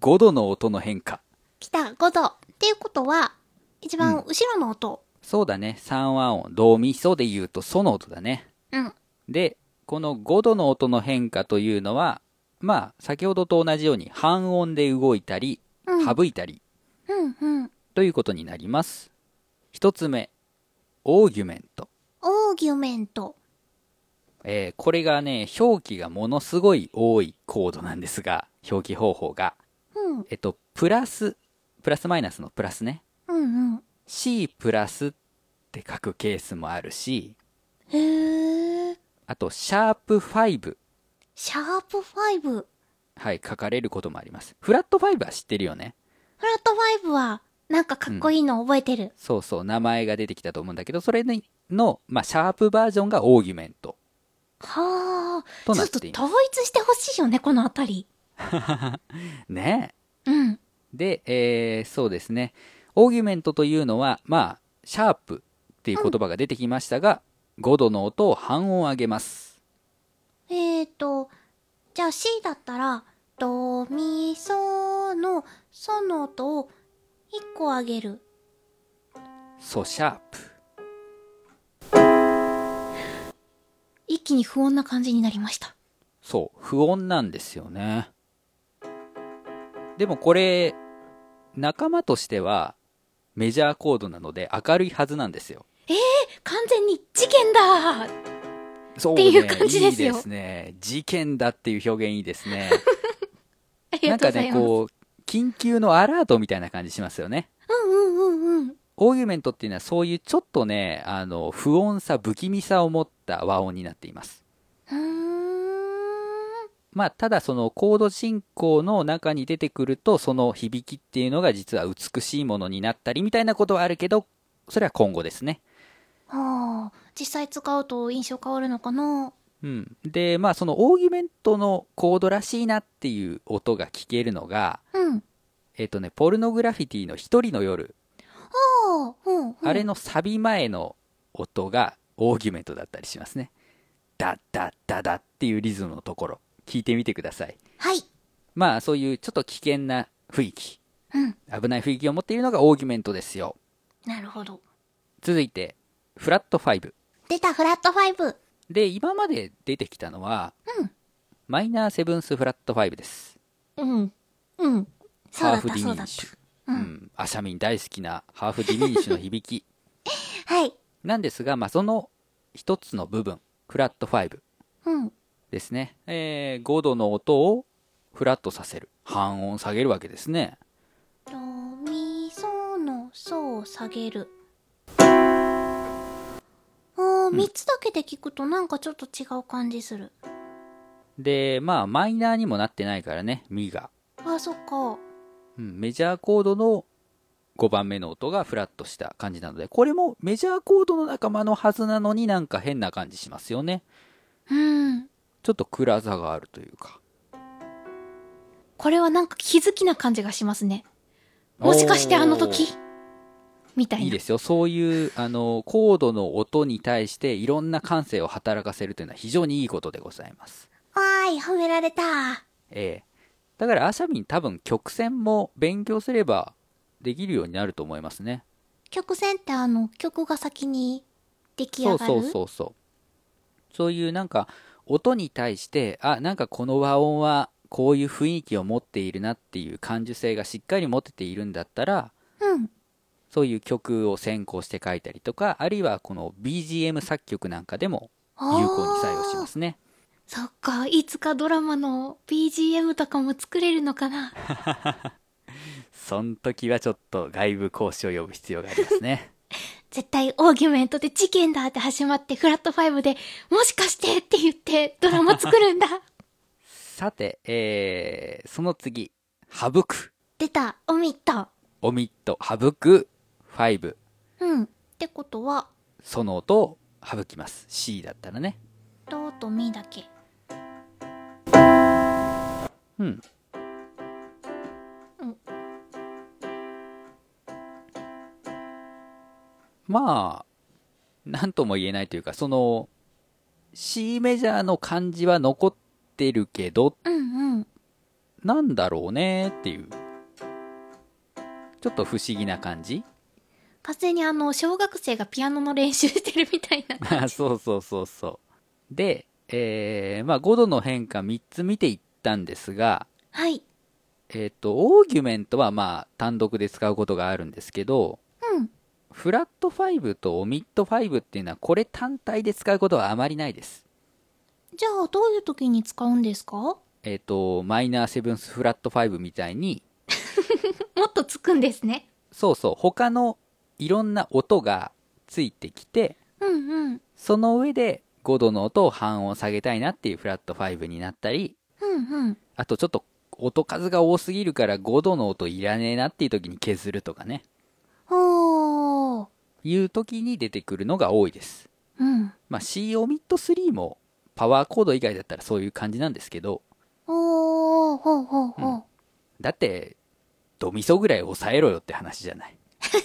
5度の音の変化。 来た、5度。っていうことは、一番後ろの音。 そうだね。三和音、ドミソで言うとソの音だね。 うん。 で、この5度の音の変化というのは、まあ、先ほどと同じように半音で動いたり、省いたり、ということになります。一つ目、オーギュメント。 オーギュメント。 これがね、表記がものすごい多いコードなんですが、表記方法が。プラスマイナスのプラスね。C プラスって書くケースもあるし、あと、シャープ5。 シャープ5。 はい、書かれることもあります。フラット5は知ってるよね。 フラット5は、なんかかっこいいの覚えてる。 そうそう、名前が出てきたと思うんだけど、それの、まあ、シャープバージョンがオーギュメント。 はあ。 とちょっとなっています。 統一してほしいよね、このあたり。 ねうん。 で、そうですね。オーギュメントというのは、まあ、シャープっていう言葉が出てきましたが、5度の音を半音上げます。 じゃあ C だったら、ドミソのソの音を1個上げる。 ソシャープ。 一気に不穏な感じになりました。 そう、不穏なんですよね。でもこれ、仲間としてはメジャーコードなので明るいはずなんですよ。 完全に事件だそうっていう感じですよ。 いいですね。事件だっていう表現いいですね。 ありなんかね、 がとうございます。 こう、緊急のアラートみたいな感じしますよね。オーギュメントっていうのはそういうちょっとね、不穏さ、不気味さを持った和音になっています。まあ、ただそのコード進行の中に出てくると、その響きっていうのが実は美しいものになったりみたいなことはあるけど、それは今後ですね。 はあ、実際使うと印象変わるのかな。 うん。で、まあそのオーギュメントのコードらしいなっていう音が聞けるのが、ポルノグラフィティの一人の夜。あれのサビ前の音がオーギュメントだったりしますね。ダッダッダダっていうリズムのところ、聞いてみてください。 はい。 まあそういうちょっと危険な雰囲気、危ない雰囲気を持っているのがオーギュメントですよ。 なるほど。 続いて、フラット5。 出た、フラット5。 で、今まで出てきたのは、マイナーセブンスフラット5です。 そうだった、 ハーフディそうだった。 ミニッシュ。アシャミン大好きなハーフディミニッシュの響き。 はい。 なんですが、まあその一つの部分、フラット5ですね。5度の音をフラットさせる。半音下げるわけですね。 ドミソのソを下げる。3つだけで聞くとなんかちょっと違う感じする。 で、まあマイナーにもなってないからね、ミが。 そっか。 メジャーコードの5番目の音がフラットした感じなので、これもメジャーコードの仲間のはずなのになんか変な感じしますよね。ちょっと暗さがあるというか。 これはなんか気づきな感じがしますね。もしかしてあの時みたいな。 いいですよ。そういう、コードの音に対していろんな感性を働かせるというのは非常にいいことでございます。 わーい、褒められた。 だからアシャミン多分曲線も勉強すればできるようになると思いますね。 曲線って曲が先に出来上がる？ そういうなんか音に対して、なんかこの和音はこういう雰囲気を持っているなっていう感受性がしっかり持てているんだったら、そういう曲を先行して書いたりとか、あるいはこの BGM 作曲なんかでも有効に作用しますね。 そっか、いつかドラマの BGM とかも作れるのかな。 そん時はちょっと外部講師を呼ぶ必要がありますね。 絶対オーギュメントで事件だって始まってフラット5でもしかしてって言ってドラマ作るんだ。 さて、その次、省く。 出た、オミット。 オミット、省く、5。 ってことは、 その音を省きます。C だったらね。 ドとミだけ。 まあ、なんとも言えないというか、その、C メジャーの感じは残ってるけど、 なんだろうねっていう、ちょっと不思議な感じ。 完全に小学生がピアノの練習してるみたいな感じ。 そうそうそうそう。で、5度の変化3つ見ていったんですが、 はい。 オーギュメントは単独で使うことがあるんですけど、 うん。 フラット5とオミット5っていうのはこれ単体で使うことはあまりないです。 じゃあ、どういう時に使うんですか？ マイナーセブンスフラット5みたいに、 もっとつくんですね。 そうそう、他のいろんな音がついてきて、 うんうん。 その上で5度の音を半音下げたいなっていうフラット5になったり、 うんうん。 あとちょっと音数が多すぎるから5度の音いらねえなっていう時に削るとかね。 ほー。 いう時に出てくるのが多いです。 うん。 C オミット3もパワーコード以外だったらそういう感じなんですけど、 ほー、ほうほうほう。 だってドミソぐらい抑えろよって話じゃない。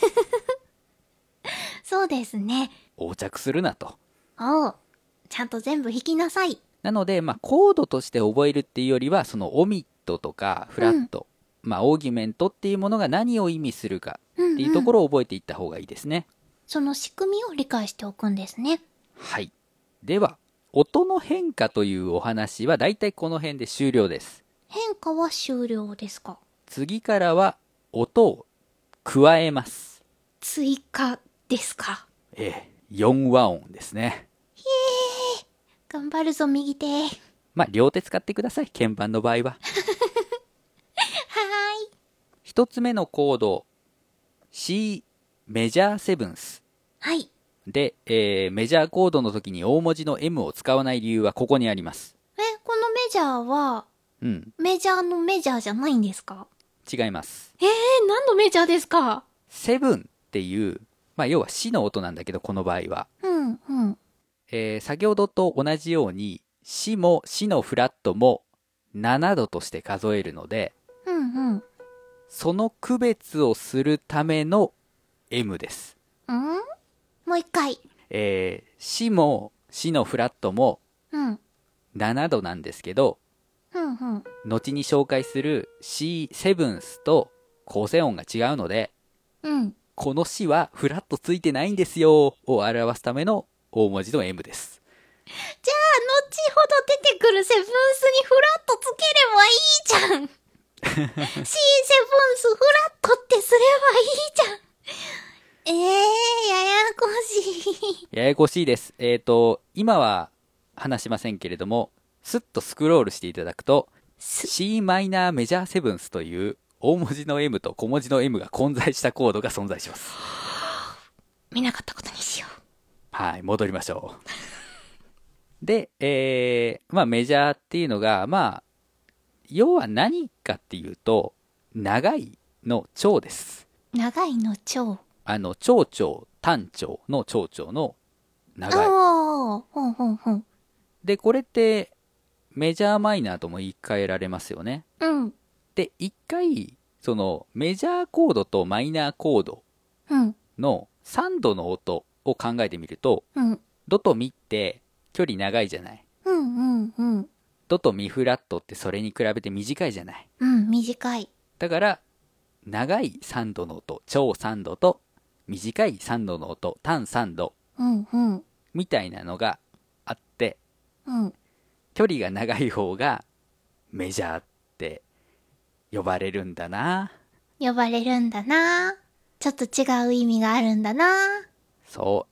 そうですね。 横着するなと。 おう。ちゃんと全部弾きなさい。 なので、コードとして覚えるっていうよりは、そのオミットとかフラット、オーギュメントっていうものが何を意味するかっていうところを覚えていった方がいいですね。 その仕組みを理解しておくんですね。 はい。では、音の変化というお話はだいたいこの辺で終了です。 変化は終了ですか？ 次からは音を加えます。 追加ですか？ 4和音ですね。 頑張るぞ、右手。は両手使ってください、鍵盤の場合は。 ーい。 一つ目のコード、C メジャーセブンス。 はい。 で、メジャーコードの時に大文字の M を使わない理由はここにあります。 このメジャーは、メジャーのメジャーじゃないんですか？ 違います。 何のメジャーですか？ セブンっていう、要はシの音なんだけど、この場合は。先ほどと同じように、シもシのフラットも7度として数えるので、その区別をするための M です。 もう一回。 シもシのフラットも7度なんですけど、後に紹介する C セブンスと構成音が違うので、この C はフラットついてないんですよを表すための大文字の M です。 じゃあ、後ほど出てくるセブンスにフラットつければいいじゃん。C セブンスフラットってすればいいじゃん。ややこしい。 ややこしいです。今は話しませんけれども、スッとスクロールしていただくと、C マイナーメジャーセブンスという大文字の M と小文字の M が混在したコードが存在します。 見なかったことにしよう。 はい、戻りましょう。で、メジャーっていうのが、要は何かっていうと、長いの長です。 長いの長。 長調、短調の長調の長い。で、これって、メジャーマイナーとも言い換えられますよね。で、一回、その、メジャーコードとマイナーコードの3度の音を考えてみると、ドとミって距離長いじゃない。ドとミフラットってそれに比べて短いじゃない。 短い。 だから、長い3度の音、長3度と、短い3度の音、短3度、みたいなのがあって、距離が長い方がメジャーって呼ばれるんだな。 呼ばれるんだな。ちょっと違う意味があるんだな。 そう。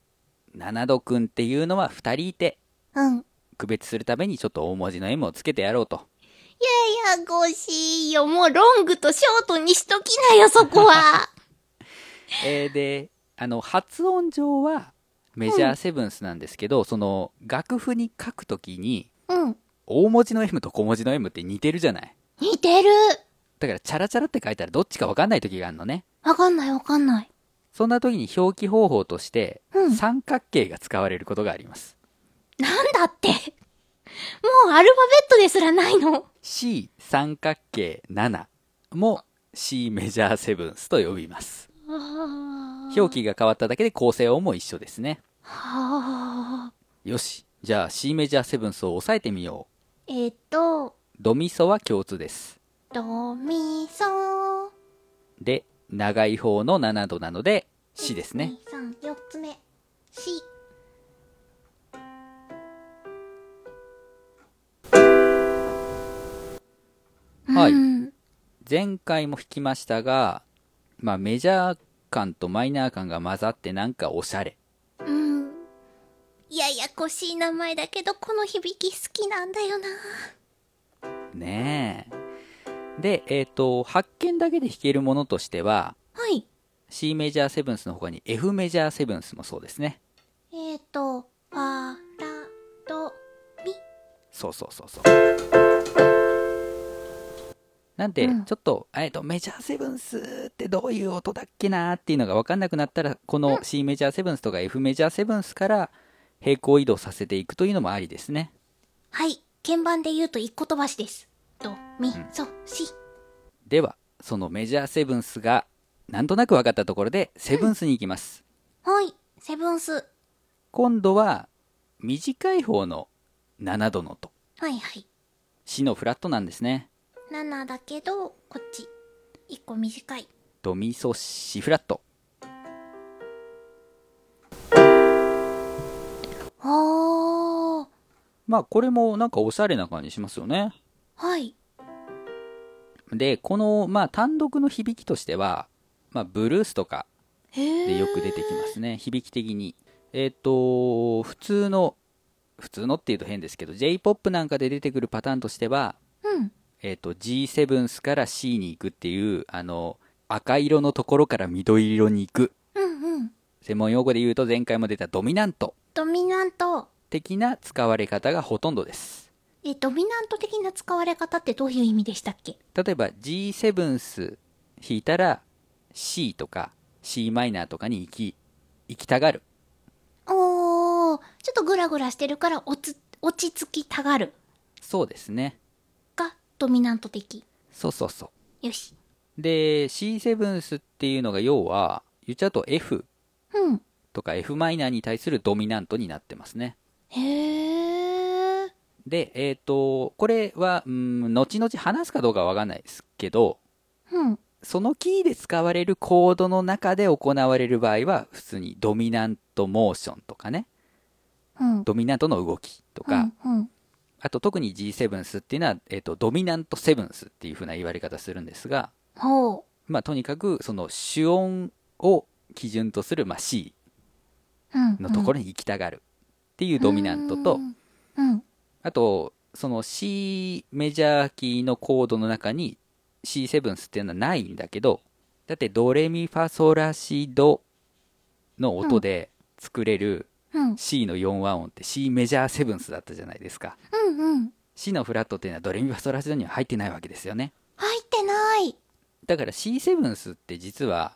七度くんっていうのは2人いて、区別するためにちょっと大文字の M をつけてやろうと。 ややこしいよ。もうロングとショートにしときなよ、そこは。 で、発音上はメジャーセブンスなんですけど、その楽譜に書くときに、大文字の M と小文字の M って似てるじゃない。 似てる。 だからチャラチャラって書いたらどっちか分かんないときがあるのね。 分かんない。 そんな時に表記方法として、三角形が使われることがあります。 なんだって。もうアルファベットですらないの。 C 三角形7も C メジャーセブンスと呼びます。表記が変わっただけで構成音も一緒ですね。よし。じゃあ C メジャーセブンスを押さえてみよう。 ドミソは共通です。 ドミソ。 で、長い方の7度なので、シですね。 1、2、3、4つ目。シ。 はい。前回も弾きましたが、まあメジャー感とマイナー感が混ざってなんかおしゃれ。 ややこしい名前だけど、この響き好きなんだよな。 ねえ。で、発見だけで弾けるものとしては、 はい。 C メジャーセブンスの他に F メジャーセブンスもそうですね。 ファラドミ。 そうそうそうそう。なんで、ちょっと、メジャーセブンスってどういう音だっけなーっていうのが分かんなくなったら、この C メジャーセブンスとか F メジャーセブンスから平行移動させていくというのもありですね。 はい。鍵盤で言うと一個飛ばしです。ド、ミ、ソ、シ。 では、そのメジャーセブンスがなんとなく分かったところで、セブンスに行きます。 はい。セブンス。 今度は、短い方の7度の音。 はいはい。 シのフラットなんですね。 7だけど、こっち。1個短い。 ドミソシフラット。まあ、これもなんかおしゃれな感じしますよね。 はい。 で、この、まあ、単独の響きとしては、まあ、ブルースとかでよく出てきますね。響き的に。普通のっていうと変ですけど、J-POP なんかで出てくるパターンとしては、G7 スから C に行くっていう、赤色のところから緑色に行く。専門用語で言うと前回も出たドミナント。 ドミナント。 的な使われ方がほとんどです。 ドミナント的な使われ方ってどういう意味でしたっけ？ 例えば G7 ス弾いたら C とか C マイナーとかに行きたがる。 ちょっとグラグラしてるから落ち着きたがる。 そうですね。 がドミナント的。 そうそうそう。 よし。 で C7 スっていうのが要は言っちゃうと F とか F マイナーに対するドミナントになってますね。 へー。 で、これは、後々話すかどうかわかんないですけど、そのキーで使われるコードの中で行われる場合は、普通にドミナントモーションとかね、ドミナントの動きとか、あと特に G7 スっていうのは、ドミナントセブンスっていう風な言われ方するんですが、まあ、とにかく、その主音を基準とする、まあ、C のところに行きたがるっていうドミナントと、あと、その C メジャーキーのコードの中に C7 スっていうのはないんだけど、だってドレミファソラシドの音で作れる C の4和音って C メジャーセブンスだったじゃないですか。C のフラットっていうのはドレミファソラシドには入ってないわけですよね。 入ってない。 だから C7 スって実は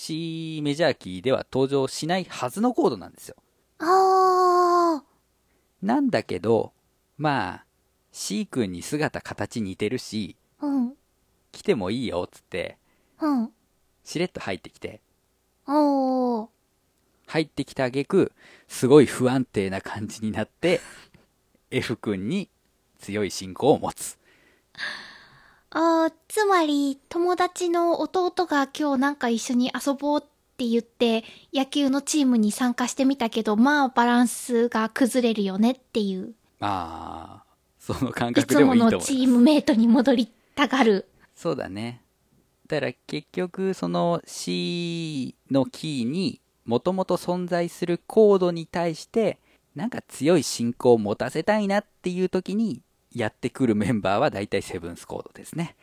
C メジャーキーでは登場しないはずのコードなんですよ。なんだけど、まあ、C 君に姿形似てるし、来てもいいよっつって、しれっと入ってきて、入ってきた挙句、すごい不安定な感じになって、F 君に強い信仰を持つ。 つまり、友達の弟が今日なんか一緒に遊ぼうって言って、野球のチームに参加してみたけど、まあバランスが崩れるよねっていう。 その感覚でもいいと思います。 いつものチームメイトに戻りたがる。 そうだね。だから結局その C のキーにもともと存在するコードに対してなんか強い信仰を持たせたいなっていう時にやってくるメンバーは大体セブンスコードですね。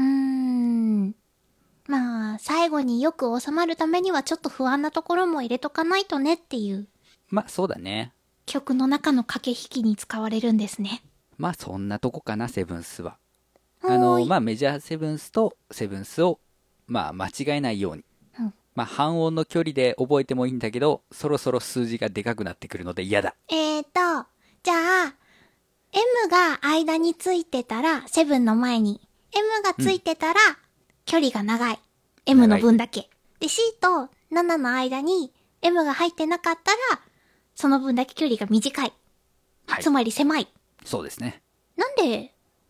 まあ最後によく収まるためにはちょっと不安なところも入れとかないとねっていう。 まあそうだね。 曲の中の駆け引きに使われるんですね。 まあそんなとこかな、セブンスは。まあメジャーセブンスとセブンスをまあ間違えないように。まあ半音の距離で覚えてもいいんだけど、そろそろ数字がでかくなってくるので嫌だ。 じゃあ、M が間についてたら、セブンの前に。M がついてたら、距離が長い。M の分だけ。で、C と7の間に M が入ってなかったら、その分だけ距離が短い。つまり狭い。 そうですね。 なんで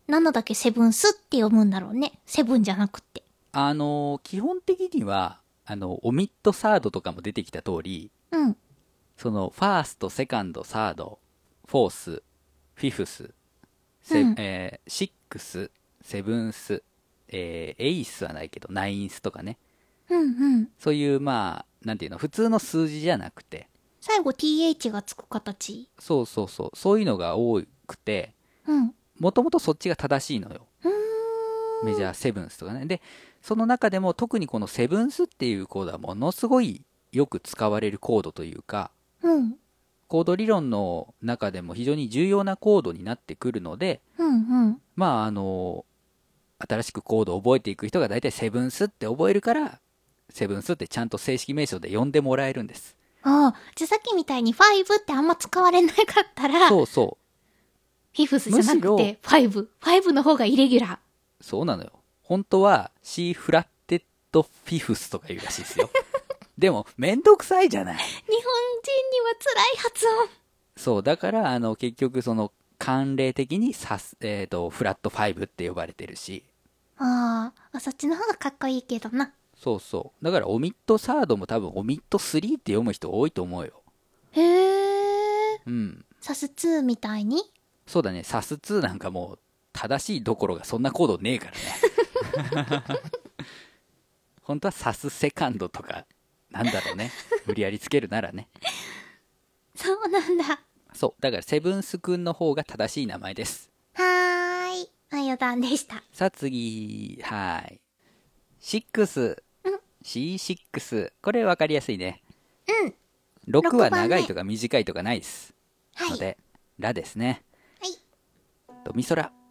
なんだっけセブンスって読むんだろうね。セブンじゃなくて。 基本的には、オミットサードとかも出てきた通り、 うん。 その、ファースト、セカンド、サード、フォース、フィフス、シックス、セブンス、エイスはないけど、ナインスとかね。 うんうん。 そういう、まあ、なんていうの、普通の数字じゃなくて。 最後 th がつく形。 そうそうそう。そういうのが多くて、 うん。 もともとそっちが正しいのよ。メジャーセブンスとかね。で、その中でも特にこのセブンスっていうコードはものすごいよく使われるコードというか、 うん。 コード理論の中でも非常に重要なコードになってくるので、 うんうん。 まあ新しくコードを覚えていく人が大体セブンスって覚えるから、セブンスってちゃんと正式名称で呼んでもらえるんです。 ああ、じゃあさっきみたいに5ってあんま使われなかったら、 そうそフィフスじゃなくて5。5の方がイレギュラー。 そうなのよ。本当は C フラッテッドフィフスとか言うらしいですよ。でも、めんどくさいじゃない。 日本人には辛い発音。 そう、だから、結局その、慣例的にフラット5って呼ばれてるし。 ああ、そっちの方がかっこいいけどな。 そうそう。だから、オミットサードも多分、オミット3って読む人多いと思うよ。 へえ。 うん。 サス2みたいにそうだね、サス2なんかもう、正しいどころがそんなコードねえからね。本当はサスセカンドとか、なんだろうね。無理やりつけるならね。 そうなんだ。 そう。だから、セブンスくんの方が正しい名前です。 はーい。余談でした。 さあ次、はい。6、 うん。 C6。これ分かりやすいね。 うん。 6は長いとか短いとかないです。 はい。 ので、ラですね。 はい。 ミソラ。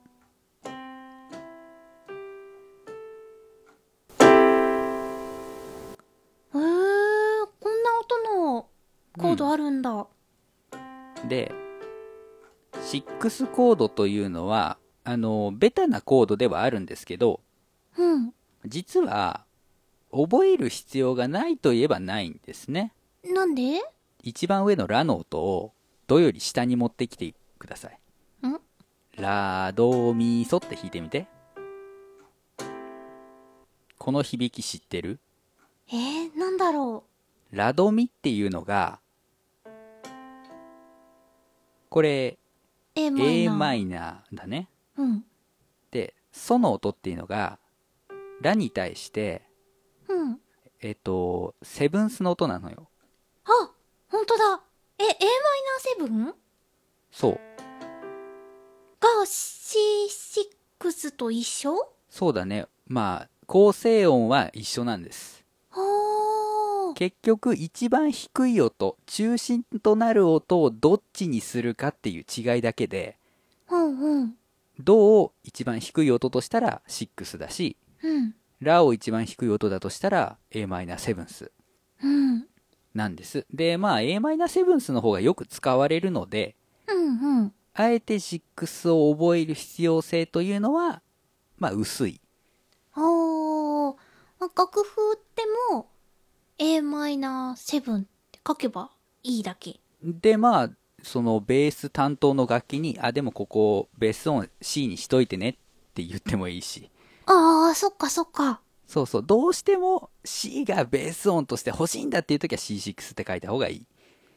へえ、こんな音のコードあるんだ。 で、6コードというのは、ベタなコードではあるんですけど、 うん。 実は、覚える必要がないといえばないんですね。 なんで？ 一番上のラの音を、ドより下に持ってきてください。 ん？ ラ、ド、ミ、ソって弾いてみて。この響き知ってる？ なんだろラドミっていうのが、これ、 う。A マイナーだね。 うん。 で、ソの音っていうのが、ラに対して、 うん。 セブンスの音なのよ。 あ、ほんとだ。A マイナーセブンがそう。 C6 と一緒？ そうだね。まあ、構成音は一緒なんです。 はあ。 結局、一番低い音、中心となる音をどっちにするかっていう違いだけで、 うんうん。 ドを一番低い音としたら6だし、 うん。 ラを一番低い音だとしたら a マイナーセブンスうん。 なんです。で、まあ a マイナーセブンスの方がよく使われるので、 うんうん。 あえて6を覚える必要性というのは、まあ薄い。 はあ。楽譜っても A マイナーセブンって書けばいいだけ。 で、まあ、そのベース担当の楽器に、でもここベース音 C にしといてねって言ってもいいし。 ああ、そっかそっか。 そうそう、どうしても C がベース音として欲しいんだっていう時は C6 って書いた方がいい。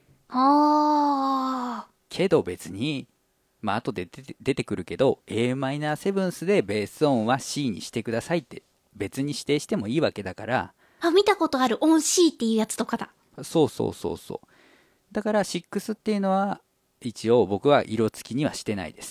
ああ。 けど別に、まあ後で出てくるけど、a マイナーセブンスでベース音は C にしてくださいって別に指定してもいいわけだから。 あ、見たことある。オン C っていうやつとかだ。 そうそうそうそう。だから6っていうのは、一応僕は色付きにはしてないです。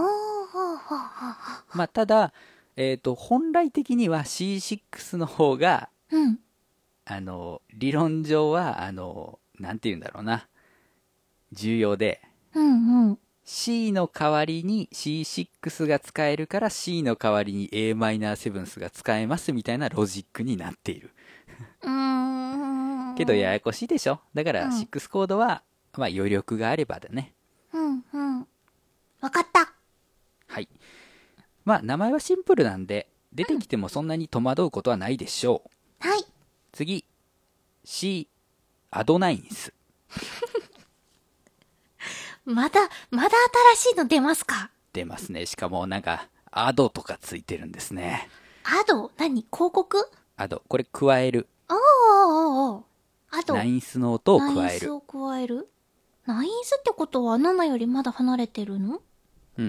まあただ、本来的には C6 の方が、 うん。 理論上は、なんて言うんだろうな。重要で、 うんうん。 C の代わりに C6 が使えるから C の代わりに a マイナーセブンスが使えますみたいなロジックになっている。けどややこしいでしょ。だから6コードは、まあ余力があればだね。 うんうん。わかった。 はい。まあ名前はシンプルなんで、出てきてもそんなに戸惑うことはないでしょう。はい。 次、C、アドナインス。 まだ新しいの出ますか？ 出ますね。しかもなんか、 アドとかついてるんですね。 アド？何？広告？ アド。これ加える。 ああ、アド。 ナインスの音を加える。 ナインスを加える？ナインスってことは7よりまだ離れてるの？ うん。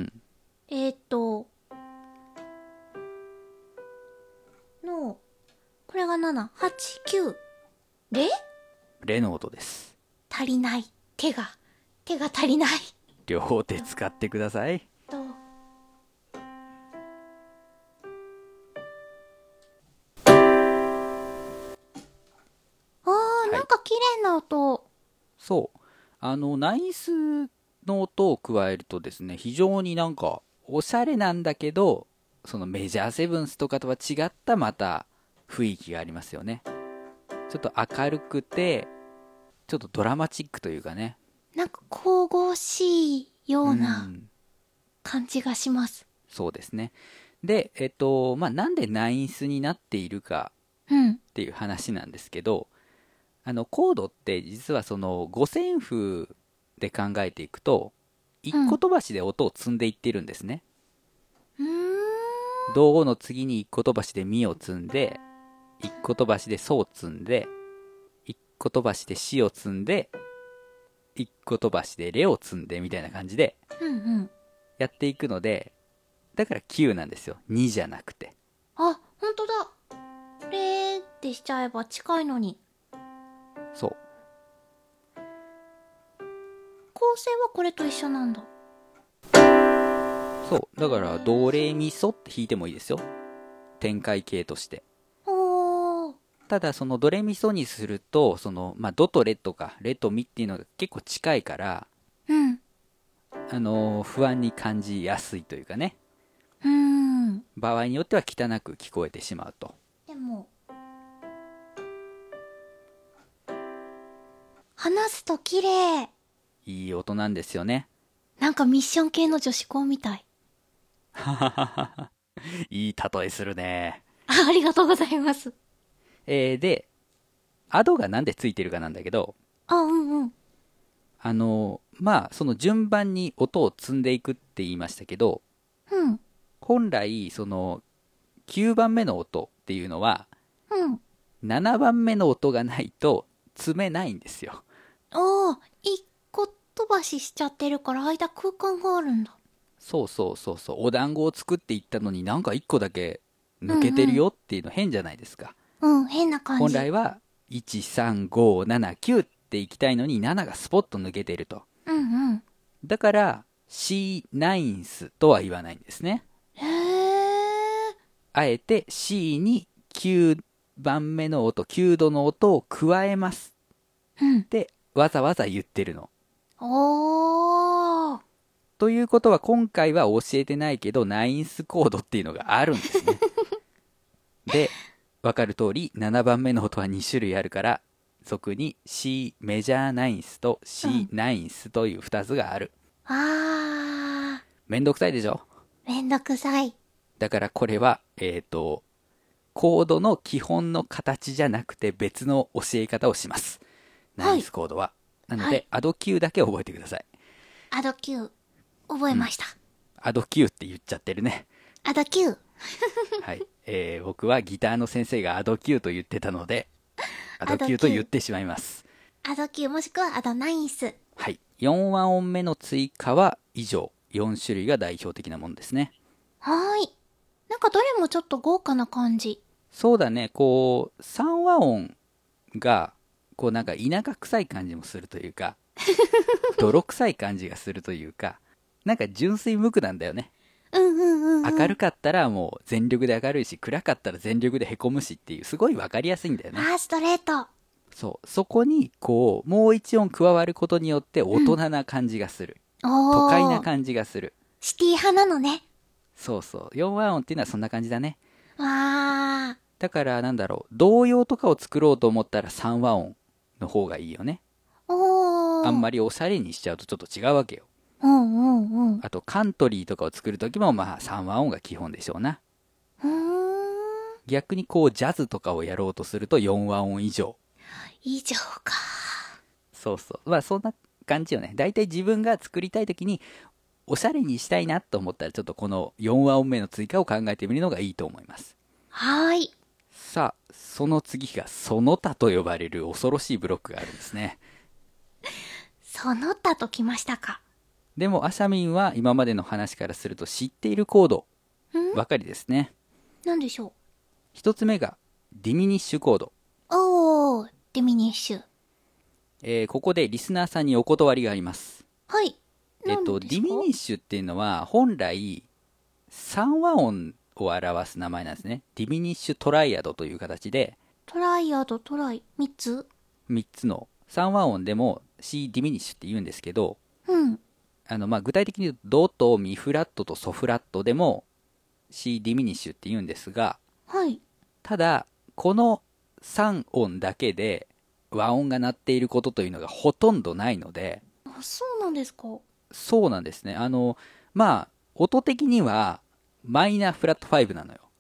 の、これが7、8、9。レ？ レの音です。 足りない。手が足りない。 両手使ってください。 なんか綺麗な音。 そう。ナインスの音を加えるとですね、非常になんか、おしゃれなんだけど、そのメジャーセブンスとかとは違ったまた雰囲気がありますよね。ちょっと明るくて、ちょっとドラマチックというかね。 なんか神々しいような感じがします。 そうですね。で、なんでナインスになっているかっていう話なんですけど、コードって実はその五線譜で考えていくと、一個飛ばしで音を積んでいってるんですね。ドの次に一個飛ばしでミを積んで、一個飛ばしでソを積んで、一個飛ばしでシを積んで、一個飛ばしでレを積んでみたいな感じでやっていくので、だから9なんですよ。2じゃなくて。 あ、ほんとだ。レーってしちゃえば近いのに。 そう。 構成はこれと一緒なんだ。 そう。だから、ドレミソって弾いてもいいですよ。展開形として。ただ、そのドレミソにすると、その、ドとレとか、レとミっていうのが結構近いから、不安に感じやすいというかね。場合によっては汚く聞こえてしまうと。 でも、話すと綺麗。 いい音なんですよね。 なんかミッション系の女子校みたい。 いい例えするね。 ありがとうございます。 で、アドがなんでついてるかなんだけど、その順番に音を積んでいくって言いましたけど、本来、その、9番目の音っていうのは、7番目の音がないと積めないんですよ。 一個飛ばししちゃってるから間空間があるんだ。 そう。お団子を作っていったのになんか1個だけ抜けてるよっていうの変じゃないですか。 変な感じ。 本来は、1、3、5、7、9っていきたいのに7がスポッと抜けてると。だから、C ナインスとは言わないんですね。あえて C に9番目の音、9度の音を加えます。ってわざわざ言ってるの。ということは今回は教えてないけど、ナインスコードっていうのがあるんですね。で、わかる通り、7番目の音は2種類あるから、俗に C メジャーナインスと C ナインスという2つがある。めんどくさいでしょ？ めんどくさい。 だからこれは、コードの基本の形じゃなくて別の教え方をします。ナインスコードは。なので、アド Q だけ覚えてください。 アド Q、覚えました。 アド Q って言っちゃってるね。 アド Q。 はい。僕はギターの先生がアド Q と言ってたので、アド Q と言ってしまいます。 アド Q もしくはアドナインス。 はい。4和音目の追加は以上。4種類が代表的なものですね。 なんかどれもちょっと豪華な感じ。 そうだね。こう、3和音が、こうなんか田舎臭い感じもするというか、泥臭い感じがするというか、なんか純粋無垢なんだよね。明るかったらもう全力で明るいし、暗かったら全力で凹むしっていう、すごいわかりやすいんだよね。 ストレート。 そう。そこに、こう、もう一音加わることによって大人な感じがする。都会な感じがする。 シティ派なのね。 そう。4和音っていうのはそんな感じだね。だからなんだろう、童謡とかを作ろうと思ったら3和音の方がいいよね。あんまりおしゃれにしちゃうとちょっと違うわけよ。あとカントリーとかを作るときも3和音が基本でしょうな。逆にこうジャズとかをやろうとすると4和音以上。 以上か。 そう。そんな感じよね。だいたい自分が作りたいときにおしゃれにしたいなと思ったら、ちょっとこの4和音目の追加を考えてみるのがいいと思います。 はーい。 さあ、その次がその他と呼ばれる恐ろしいブロックがあるんですね。 その他ときましたか。 でもアシャミンは今までの話からすると知っているコードばかりですね。 なんでしょう。 一つ目がディミニッシュコード。 おー、ディミニッシュ。 ここでリスナーさんにお断りがあります。 はい。 ディミニッシュっていうのは本来3和音を表す名前なんですね。ディミニッシュトライアドという形で、 トライアド、トライ、3つ ?3 つの3和音でも C ディミニッシュって言うんですけど、 うん。 具体的に言うとドとミフラットとソフラットでも C ディミニッシュって言うんですが、 はい。 ただこの3音だけで和音が鳴っていることというのがほとんどないので。 あ、そうなんですか。 そうなんですね。音的にはマイナーフラット5なのよ。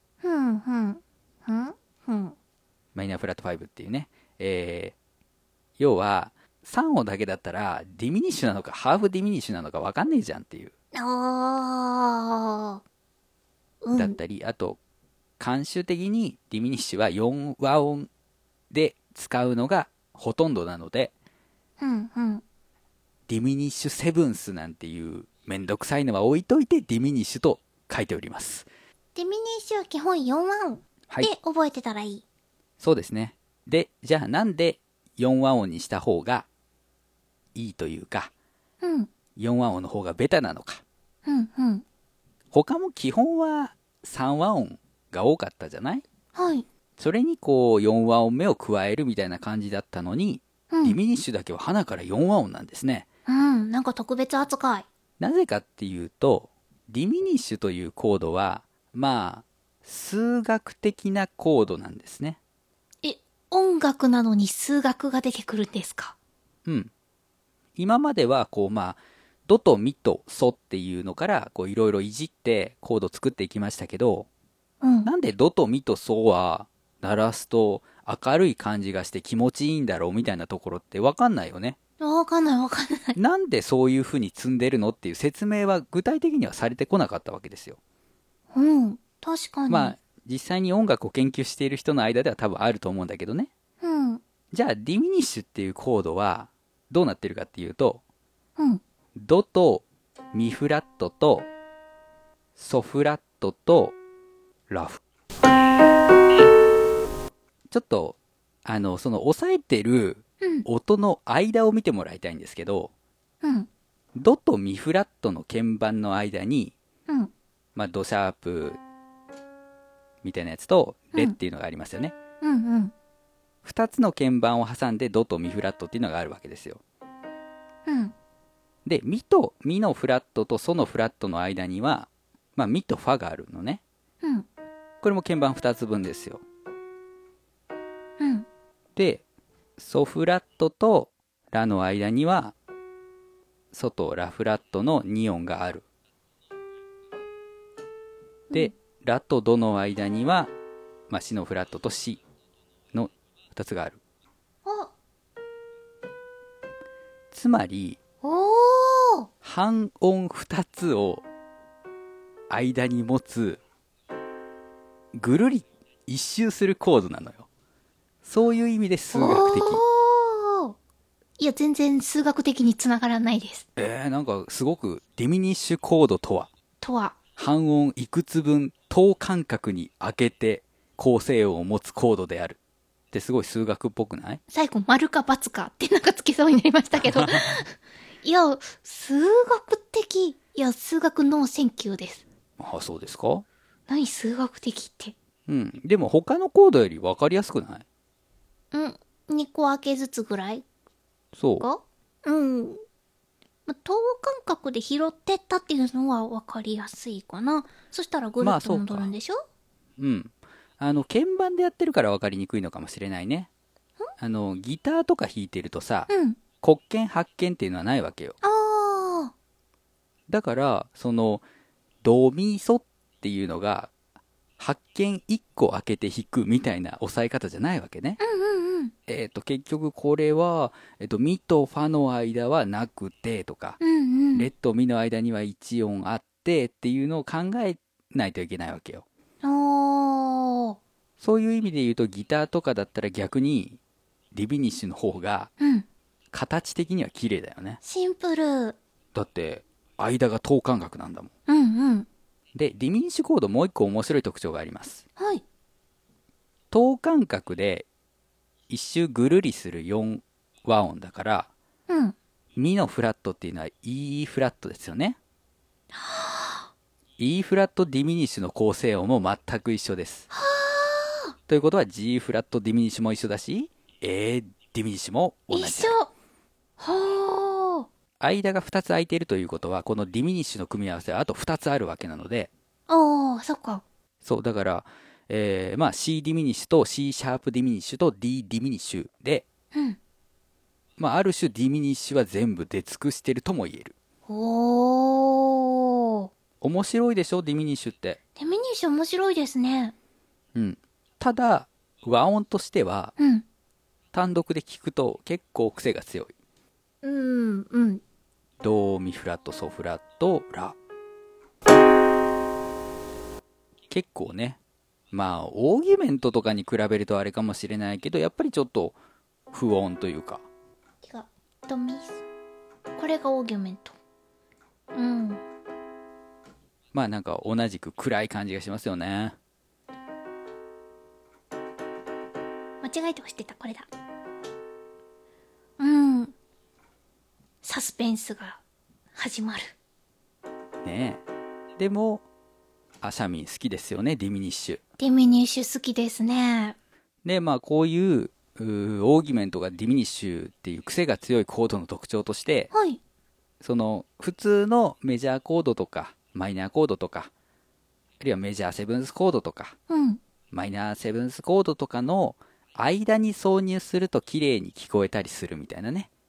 マイナーフラット5っていうね。要は3音だけだったらディミニッシュなのかハーフディミニッシュなのか分かんねえじゃんっていう。だったり、あと慣習的にディミニッシュは4和音で使うのがほとんどなので、ディミニッシュセブンスなんていうめんどくさいのは置いといてディミニッシュと書いております。 ディミニッシュは基本4和音で覚えてたらいい。 そうですね。で、じゃあなんで4和音にした方がいいというか、4和音の方がベタなのか。他も基本は3和音が多かったじゃない？ はい。 それにこう4和音目を加えるみたいな感じだったのに、ディミニッシュだけは鼻から4和音なんですね。 なんか特別扱い。 なぜかっていうと、ディミニッシュというコードは、数学的なコードなんですね。 音楽なのに数学が出てくるんですか？ 今まではドとミとソっていうのからいろいろいじってコード作っていきましたけど、なんでドとミとソは鳴らすと明るい感じがして気持ちいいんだろうみたいなところって分かんないよね。 わかんない。 なんでそういう風に積んでるのっていう説明は具体的にはされてこなかったわけですよ。 確かに。 実際に音楽を研究している人の間では多分あると思うんだけどね。じゃあディミニッシュっていうコードはどうなってるかっていうと、ドとミフラットとソフラットとラフ。ちょっとその押さえてる音の間を見てもらいたいんですけど、ドとミフラットの鍵盤の間に、ドシャープみたいなやつとレっていうのがありますよね。2つの鍵盤を挟んでドとミフラットっていうのがあるわけですよ。で、ミのフラットとソのフラットの間には、ミとファがあるのね。これも鍵盤2つ分ですよ。で、ソフラットとラの間には、ソとラフラットの2音がある。で、ラとドの間には、シのフラットとシの2つがある。つまり、半音2つを間に持つ、ぐるり一周するコードなのよ。そういう意味で数学的。 いや、全然数学的に繋がらないです。 なんかすごくディミニッシュコードとは半音いくつ分等間隔に開けて構成音を持つコードであるってすごい数学っぽくない？ 最後丸か×かってなんかつけそうになりましたけどいや、数学的。いや、数学ノーセンキューです。 そうですか？ 何数学的って。 でも他のコードより分かりやすくない？ 2個開けずつぐらいそう。 等間隔で拾ってったっていうのは分かりやすいかな。そしたらぐるっと戻るんでしょ？ 鍵盤でやってるから分かりにくいのかもしれないね。ギターとか弾いてるとさ、黒鍵白鍵っていうのはないわけよ。だからそのドミソっていうのが白鍵1個開けて弾くみたいな押さえ方じゃないわけね。 結局これは、ミとファの間はなくてとか、レッとミの間には1音あってっていうのを考えないといけないわけよ。そういう意味で言うとギターとかだったら逆にディミニッシュの方が形的には綺麗だよね。 シンプル。 だって間が等間隔なんだもん。で、ディミニッシュコードもう一個面白い特徴があります。 はい。 等間隔で一周ぐるりする4和音だから、ミのフラットっていうのは E フラットですよね。E フラットディミニッシュの構成音も全く一緒です。ということは G フラットディミニッシュも一緒だし、A ディミニッシュも同じだ。 一緒。 間が2つ空いているということは、このディミニッシュの組み合わせはあと2つあるわけなので。 そっか。 そう、だから、まあ C ディミニッシュと C シャープディミニッシュと D ディミニッシュで、まあある種ディミニッシュは全部出尽くしてるとも言える。面白いでしょ、ディミニッシュって。 ディミニッシュ面白いですね。 ただ和音としては、単独で聞くと結構癖が強い。ドミフラットソフラットラ。結構ね、まあオーギュメントとかに比べるとあれかもしれないけど、やっぱりちょっと不穏というか。 違う、ドミス、これがオーギュメント。 まあなんか同じく暗い感じがしますよね。 間違えて押してた、これだ。サスペンスが始まるねえ。でもアシャミン好きですよね、ディミニッシュ。 ディミニッシュ好きですね。 でまあこういうオーギュメントがディミニッシュっていう癖が強いコードの特徴として、その普通のメジャーコードとかマイナーコードとか、あるいはメジャーセブンスコードとか、マイナーセブンスコードとかの間に挿入すると綺麗に聞こえたりするみたいなね。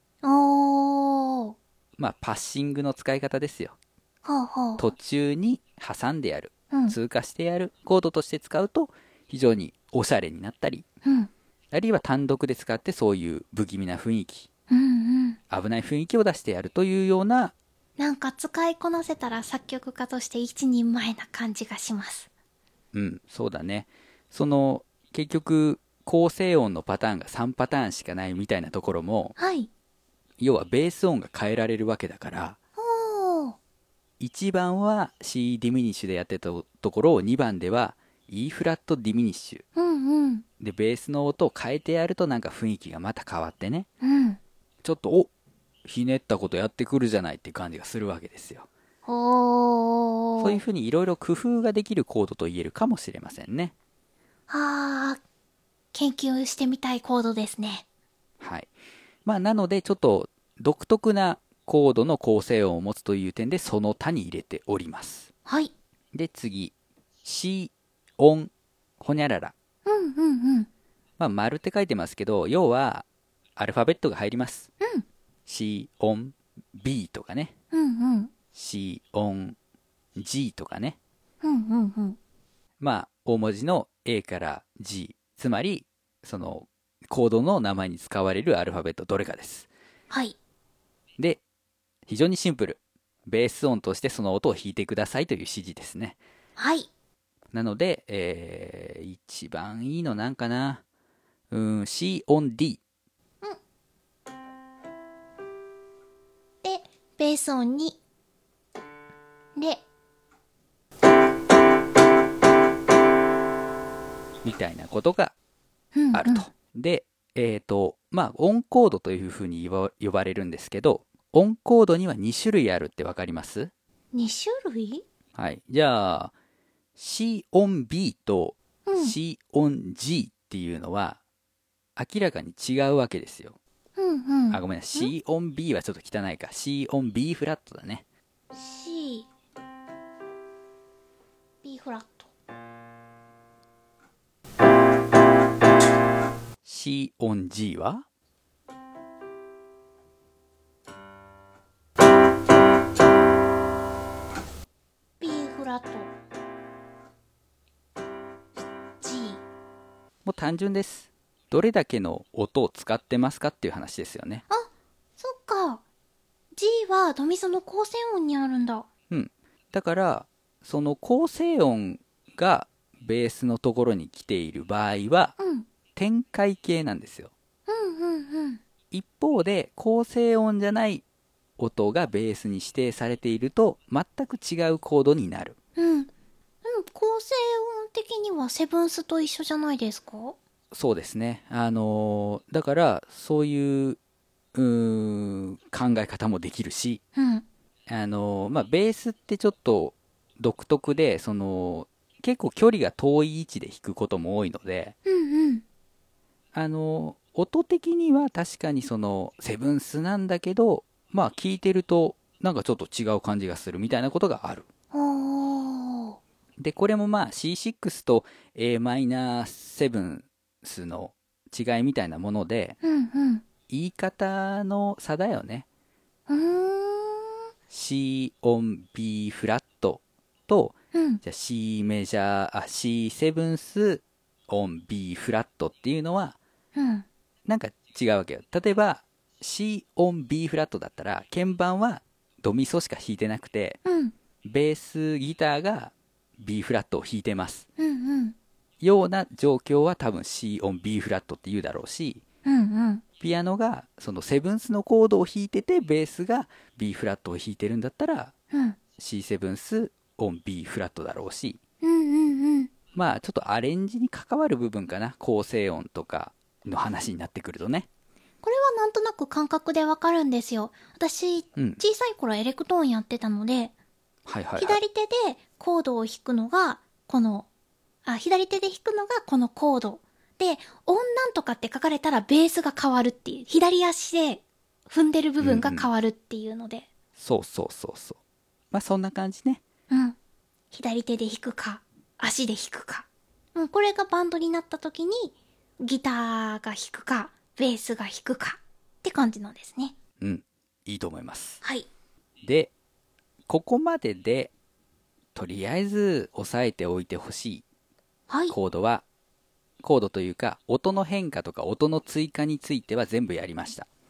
まあパッシングの使い方ですよ。途中に挟んでやる、通過してやるコードとして使うと非常におしゃれになったり、あるいは単独で使ってそういう不気味な雰囲気、危ない雰囲気を出してやるというような、 なんか使いこなせたら作曲家として一人前な感じがします。 そうだね。その結局構成音のパターンが3パターンしかないみたいなところも、要はベース音が変えられるわけだから、1番は C ディミニッシュでやってたところを2番では E フラットディミニッシュ、でベースの音を変えてやるとなんか雰囲気がまた変わってね、ちょっとひねったことやってくるじゃないって感じがするわけですよ。そういうふうにいろいろ工夫ができるコードと言えるかもしれませんね。 研究してみたいコードですね。 まあなのでちょっと独特なコードの構成音を持つという点でその他に入れております。で次 C 音ほにゃらら。まあ丸って書いてますけど、要はアルファベットが入ります。C 音 B とかね、C 音 G とかね、まあ大文字の A から G、 つまりそのコードの名前に使われるアルファベットどれかです。で非常にシンプル、ベース音としてその音を弾いてくださいという指示ですね。なので、一番いいのなんかな、C 音 D、 でベース音にでみたいなことがあると。でまあオンコードというふうに呼ばれるんですけど、オンコードには2種類あるって分かります？ 2 種類？ じゃあ C 音 B と C 音 G っていうのは明らかに違うわけですよ。ごめんな、C 音 B はちょっと汚いか。C 音 B フラットだね。 C B フラット。 C 音 G はフラット G。 もう単純です。 どれだけの音を使ってますかっていう話ですよね。 あ、そっか。G はドミソの構成音にあるんだ。 うん。だから、その構成音がベースのところに来ている場合は、 うん。 展開形なんですよ。 うんうんうん。 一方で、構成音じゃない音がベースに指定されていると、全く違うコードになる。 うん。でも構成音的にはセブンスと一緒じゃないですか？ そうですね。だから、そういう、考え方もできるし、 うん。 ベースってちょっと独特で、結構距離が遠い位置で弾くことも多いので、 うんうん。 音的には確かにセブンスなんだけど、まあ聞いてると、なんかちょっと違う感じがするみたいなことがある。 おー。 で、これもまあ C6 と Am7 の違いみたいなもので、 うんうん。 言い方の差だよね。 うーん。 C on B フラットと、 うん。 じゃあ C メジャー、C7 on B フラットっていうのは、 うん。 なんか違うわけよ。例えば C on B フラットだったら、鍵盤はドミソしか弾いてなくて、 うん。 ベースギターが B フラットを弾いてます。 うんうん。 ような状況は多分 C on B フラットって言うだろうし、 うんうん。 ピアノがそのセブンスのコードを弾いててベースが B フラットを弾いてるんだったらうん。 C7 ス on B フラットだろうし、 うんうんうん。 まあちょっとアレンジに関わる部分かな、構成音とかの話になってくるとね。 これはなんとなく感覚でわかるんですよ。私、 うん、 小さい頃エレクトーンやってたので、 はいはいはい。 左手でコードを弾くのが、左手で弾くのがこのコード。で、音なんとかって書かれたらベースが変わるっていう。左足で踏んでる部分が変わるっていうので。 そうそうそうそう。まあそんな感じね。 うん。左手で弾くか、足で弾くか。うん、これがバンドになった時に、ギターが弾くか、ベースが弾くかって感じなんですね。 うん、いいと思います。 はい。 で、ここまででとりあえず押さえておいてほしいはい。 コードというか音の変化とか音の追加については全部やりました。